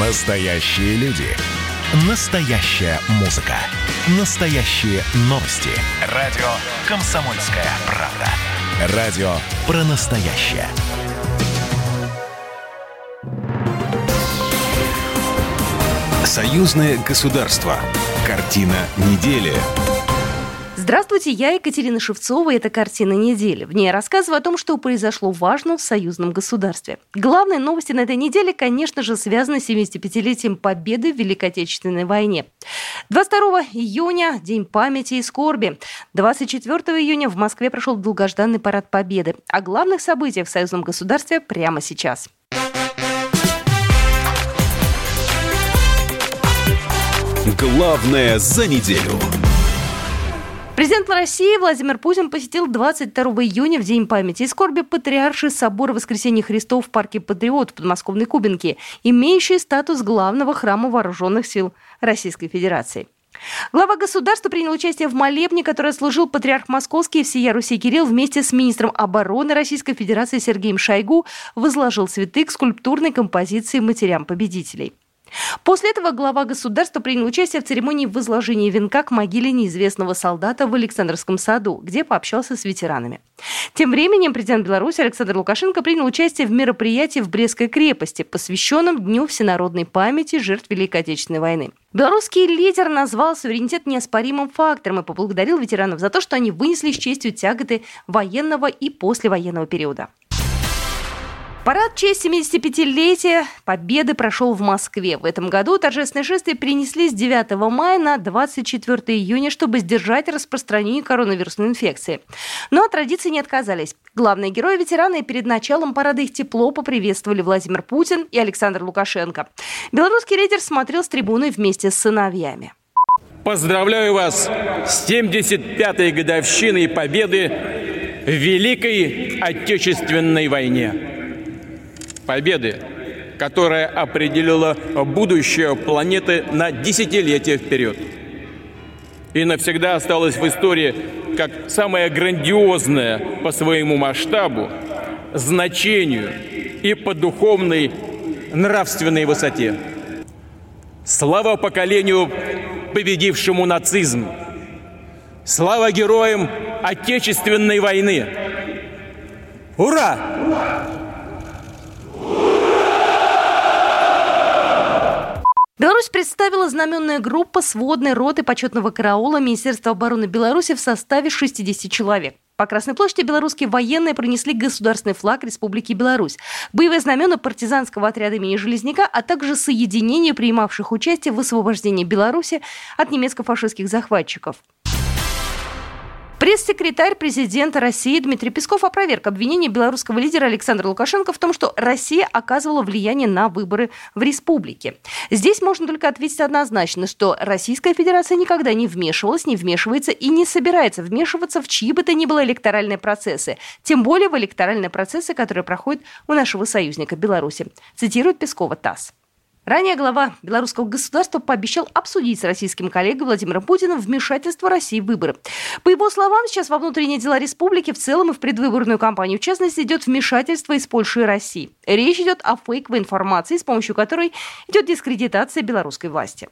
Настоящие люди. Настоящая музыка. Настоящие новости. Радио «Комсомольская правда». Радио про настоящее. Союзное государство. Картина недели. Здравствуйте, я Екатерина Шевцова, и это «Картина недели». В ней я рассказываю о том, что произошло важно в союзном государстве. Главные новости на этой неделе, конечно же, связаны с 75-летием Победы в Великой Отечественной войне. 22 июня – День памяти и скорби. 24 июня в Москве прошел долгожданный парад Победы. О главных событиях в союзном государстве прямо сейчас. Главное за неделю. Президент России Владимир Путин посетил 22 июня в День памяти и скорби Патриарший собор Воскресения Христова в парке Патриот в подмосковной Кубинке, имеющий статус главного храма вооруженных сил Российской Федерации. Глава государства принял участие в молебне, который служил патриарх Московский и всея Руси Кирилл вместе с министром обороны Российской Федерации Сергеем Шойгу возложил цветы к скульптурной композиции «Матерям победителей». После этого глава государства принял участие в церемонии возложения венка к могиле неизвестного солдата в Александровском саду, где пообщался с ветеранами. Тем временем президент Беларуси Александр Лукашенко принял участие в мероприятии в Брестской крепости, посвященном Дню всенародной памяти жертв Великой Отечественной войны. Белорусский лидер назвал суверенитет неоспоримым фактором и поблагодарил ветеранов за то, что они вынесли с честью тяготы военного и послевоенного периода. Парад в честь 75-летия Победы прошел в Москве. В этом году торжественные шествия перенесли с 9 мая на 24 июня, чтобы сдержать распространение коронавирусной инфекции. Но от традиции не отказались. Главные герои-ветераны перед началом парада их тепло поприветствовали Владимир Путин и Александр Лукашенко. Белорусский лидер смотрел с трибуны вместе с сыновьями. Поздравляю вас с 75-й годовщиной Победы в Великой Отечественной войне. Победы, которая определила будущее планеты на десятилетия вперед. И навсегда осталась в истории как самая грандиозная по своему масштабу, значению и по духовной нравственной высоте. Слава поколению, победившему нацизм! Слава героям Отечественной войны! Ура! Беларусь представила знаменная группа сводной роты почетного караула Министерства обороны Беларуси в составе 60 человек. По Красной площади белорусские военные пронесли государственный флаг Республики Беларусь, боевые знамена партизанского отряда имени Железняка, а также соединения, принимавших участие в освобождении Беларуси от немецко-фашистских захватчиков. Пресс-секретарь президента России Дмитрий Песков опроверг обвинение белорусского лидера Александра Лукашенко в том, что Россия оказывала влияние на выборы в республике. Здесь можно только ответить однозначно, что Российская Федерация никогда не вмешивалась, не вмешивается и не собирается вмешиваться в чьи бы то ни было электоральные процессы, тем более в электоральные процессы, которые проходят у нашего союзника Беларуси, цитирует Пескова ТАСС. Ранее глава белорусского государства пообещал обсудить с российским коллегой Владимиром Путиным вмешательство России в выборы. По его словам, сейчас во внутренние дела республики в целом и в предвыборную кампанию, в частности, идет вмешательство из Польши и России. Речь идет о фейковой информации, с помощью которой идет дискредитация белорусской власти.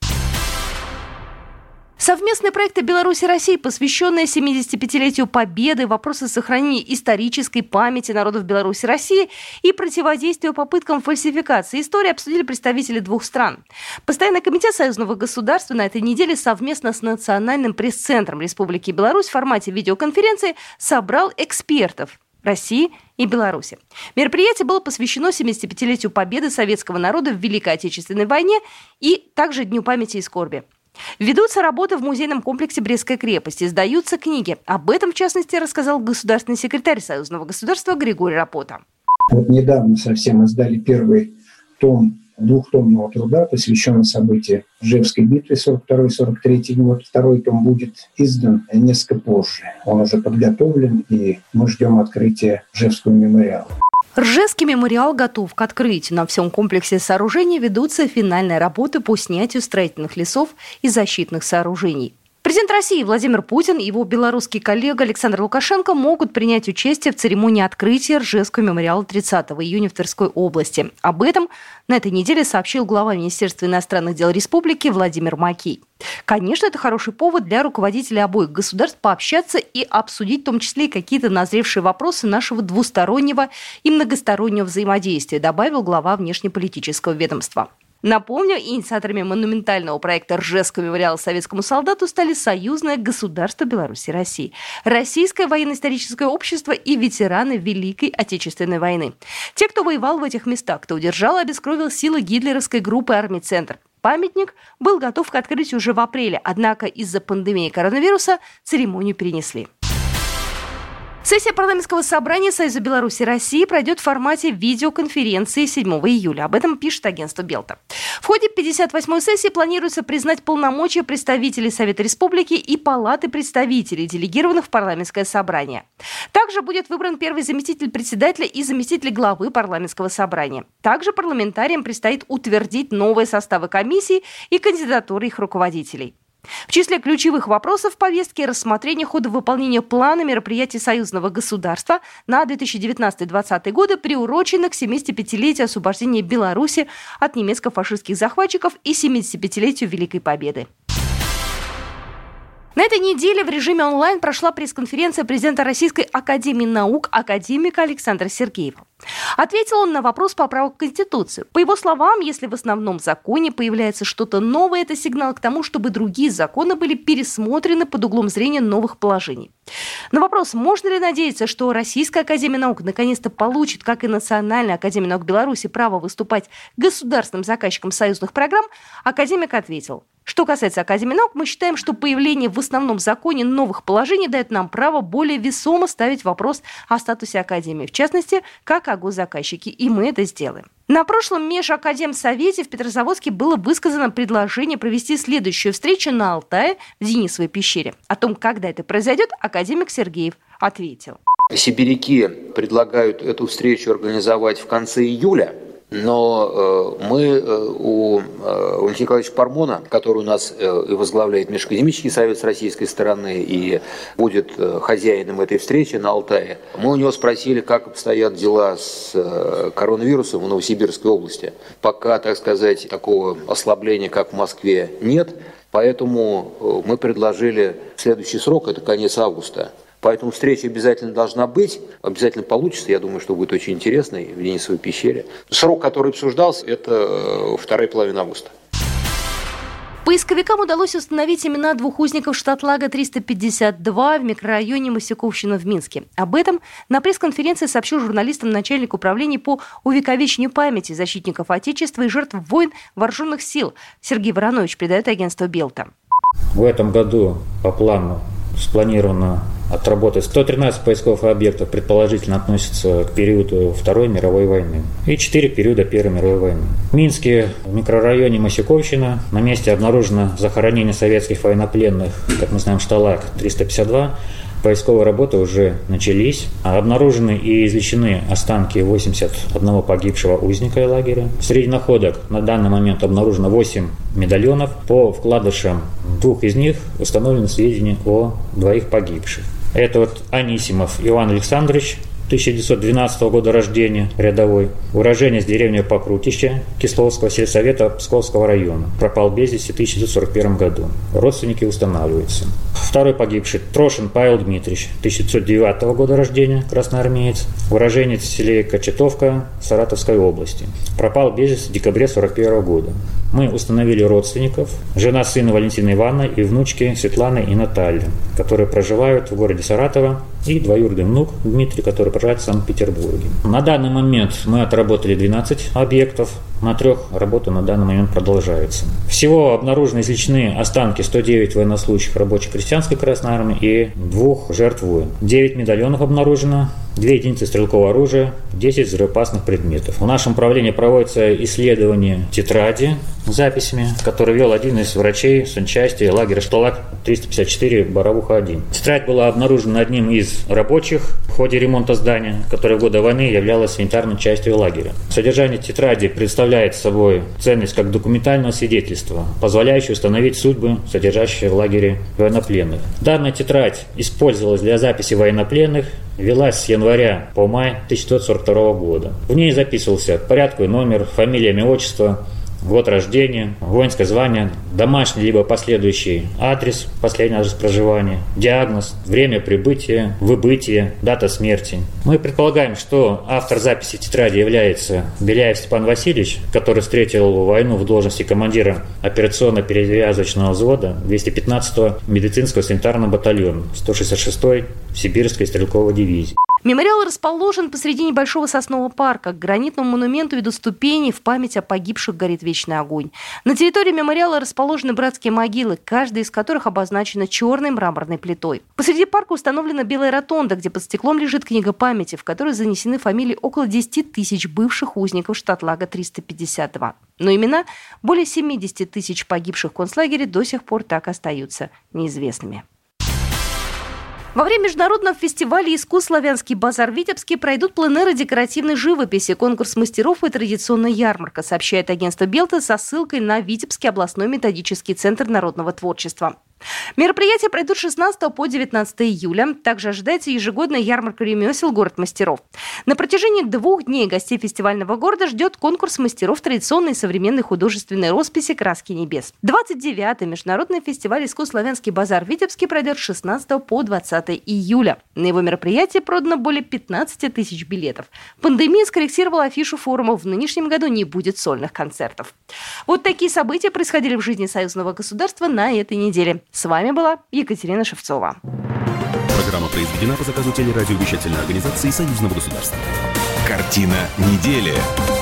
Совместные проекты Беларуси и России, посвященные 75-летию Победы, вопросы сохранения исторической памяти народов Беларуси и России и противодействию попыткам фальсификации истории обсудили представители двух стран. Постоянный комитет союзного государства на этой неделе совместно с Национальным пресс-центром Республики Беларусь в формате видеоконференции собрал экспертов России и Беларуси. Мероприятие было посвящено 75-летию Победы советского народа в Великой Отечественной войне и также Дню памяти и скорби. Ведутся работы в музейном комплексе Брестской крепости, издаются книги. Об этом, в частности, рассказал государственный секретарь союзного государства Григорий Рапота. Вот недавно совсем издали первый том двухтомного труда, посвященный событиям Ижевской битвы 42-43 год. Второй том будет издан несколько позже. Он уже подготовлен, и мы ждем открытия Ижевского мемориала. Ржевский мемориал готов к открытию. На всем комплексе сооружений ведутся финальные работы по снятию строительных лесов и защитных сооружений. Президент России Владимир Путин и его белорусский коллега Александр Лукашенко могут принять участие в церемонии открытия Ржевского мемориала 30 июня в Тверской области. Об этом на этой неделе сообщил глава Министерства иностранных дел Республики Владимир Макей. Конечно, это хороший повод для руководителей обоих государств пообщаться и обсудить в том числе и какие-то назревшие вопросы нашего двустороннего и многостороннего взаимодействия, добавил глава внешнеполитического ведомства. Напомню, инициаторами монументального проекта Ржевского мемориала советскому солдату стали союзное государство Беларусь и Россия, Российское военно-историческое общество и ветераны Великой Отечественной войны. Те, кто воевал в этих местах, кто удержал и обескровил силы гитлеровской группы армий «Центр». Памятник был готов к открытию уже в апреле, однако из-за пандемии коронавируса церемонию перенесли. Сессия парламентского собрания Союза Беларуси и России пройдет в формате видеоконференции 7 июля. Об этом пишет агентство Белта. В ходе 58-й сессии планируется признать полномочия представителей Совета Республики и Палаты представителей, делегированных в парламентское собрание. Также будет выбран первый заместитель председателя и заместитель главы парламентского собрания. Также парламентариям предстоит утвердить новые составы комиссий и кандидатуры их руководителей. В числе ключевых вопросов повестки рассмотрение хода выполнения плана мероприятий союзного государства на 2019-2020 годы, приуроченных к 75-летию освобождения Беларуси от немецко-фашистских захватчиков и 75-летию Великой Победы. На этой неделе в режиме онлайн прошла пресс-конференция президента Российской академии наук академика Александра Сергеева. Ответил он на вопрос поправок в Конституцию. По его словам, если в основном законе появляется что-то новое, это сигнал к тому, чтобы другие законы были пересмотрены под углом зрения новых положений. На вопрос, можно ли надеяться, что Российская академия наук наконец-то получит, как и Национальная академия наук Беларуси, право выступать государственным заказчиком союзных программ, академик ответил: что касается Академии наук, мы считаем, что появление в основном законе новых положений дает нам право более весомо ставить вопрос о статусе Академии, в частности, как о госзаказчике, и мы это сделаем. На прошлом Межакадемсовете в Петрозаводске было высказано предложение провести следующую встречу на Алтае в Денисовой пещере. О том, когда это произойдет, академик Сергеев ответил. Сибиряки предлагают эту встречу организовать в конце июля. Но мы у Валентина Николаевича Пармона, который у нас и возглавляет Межакадемический совет с российской стороны и будет хозяином этой встречи на Алтае, мы у него спросили, как обстоят дела с коронавирусом в Новосибирской области. Пока, так сказать, такого ослабления, как в Москве, нет, поэтому мы предложили следующий срок, это конец августа. Поэтому встреча обязательно должна быть, обязательно получится, я думаю, что будет очень интересно в Денисовой пещере. Срок, который обсуждался, это вторая половина августа. Поисковикам удалось установить имена двух узников Штатлага-352 в микрорайоне Мосяковщина в Минске. Об этом на пресс-конференции сообщил журналистам начальник управления по увековечению памяти защитников Отечества и жертв войн вооруженных сил Сергей Воронович, передает агентство Белта. В этом году по плану спланировано отработать 113 поисковых объектов, предположительно относятся к периоду Второй мировой войны, и 4 периода Первой мировой войны. В Минске, в микрорайоне Мосяковщина, на месте обнаружено захоронение советских военнопленных, как мы знаем, Шталаг-352. Поисковые работы уже начались. Обнаружены и извлечены останки 81 погибшего узника лагеря. Среди находок на данный момент обнаружено 8 медальонов. По вкладышам 2 из них установлены сведения о 2 погибших. Это Анисимов Иван Александрович, 1912 года рождения, рядовой, уроженец деревни Покрутище Кисловского сельсовета Псковского района. Пропал без вести в 1941 году. Родственники устанавливаются. Второй погибший Трошин Павел Дмитриевич, 1909 года рождения, красноармеец, уроженец в селе Кочетовка Саратовской области. Пропал без вести в декабре 1941 года. Мы установили родственников, жена сына Валентина Ивановна и внучки Светланы и Натальи, которые проживают в городе Саратово, и двоюродный внук Дмитрий, который проживает в Санкт-Петербурге. На данный момент мы отработали 12 объектов, на 3 работы на данный момент продолжаются. Всего обнаружены извлечены останки 109 военнослужащих рабочей крестьянской Красной Армии и 2 жертв войн. 9 медальонов обнаружено, 2 единицы стрелкового оружия, 10 взрывоопасных предметов. В нашем управлении проводится исследование тетради с записями, который вел один из врачей санчасти лагеря Шталак 354 Боровуха-1. Тетрадь была обнаружена одним из рабочих в ходе ремонта здания, которое в годы войны являлось санитарной частью лагеря. Содержание тетради представляет собой ценность как документального свидетельства, позволяющее установить судьбы, содержащие в лагере военнопленных. Данная тетрадь использовалась для записи военнопленных, велась с января по май 1942 года. В ней записывался порядковый номер, фамилия, имя, отчество, год рождения, воинское звание, домашний либо последующий адрес, последний адрес проживания, диагноз, время прибытия, выбытия, дата смерти. Мы предполагаем, что автор записи тетради является Беляев Степан Васильевич, который встретил войну в должности командира операционно-перевязочного взвода 215-го медицинского санитарного батальона 166-й Сибирской стрелковой дивизии. Мемориал расположен посреди небольшого соснового парка. К гранитному монументу ведут ступени, в память о погибших горит вечный огонь. На территории мемориала расположены братские могилы, каждая из которых обозначена черной мраморной плитой. Посреди парка установлена белая ротонда, где под стеклом лежит книга памяти, в которой занесены фамилии около 10 тысяч бывших узников штатлага 352. Но имена более 70 тысяч погибших в концлагере до сих пор так остаются неизвестными. Во время международного фестиваля искусств «Славянский базар» в Витебске пройдут пленэры декоративной живописи, конкурс мастеров и традиционная ярмарка, сообщает агентство «Белта» со ссылкой на Витебский областной методический центр народного творчества. Мероприятия пройдут с 16 по 19 июля. Также ожидается ежегодная ярмарка ремесел «Город мастеров». На протяжении 2 дней гостей фестивального города ждет конкурс мастеров традиционной и современной художественной росписи «Краски небес». 29-й международный фестиваль искусств «Славянский базар» в Витебске пройдет с 16 по 20 июля. На его мероприятии продано более 15 тысяч билетов. Пандемия скорректировала афишу форума. В нынешнем году не будет сольных концертов. Вот такие события происходили в жизни союзного государства на этой неделе. С вами была Екатерина Шевцова. Программа произведена по заказу телерадиовещательной организации Союзного государства. Картина недели.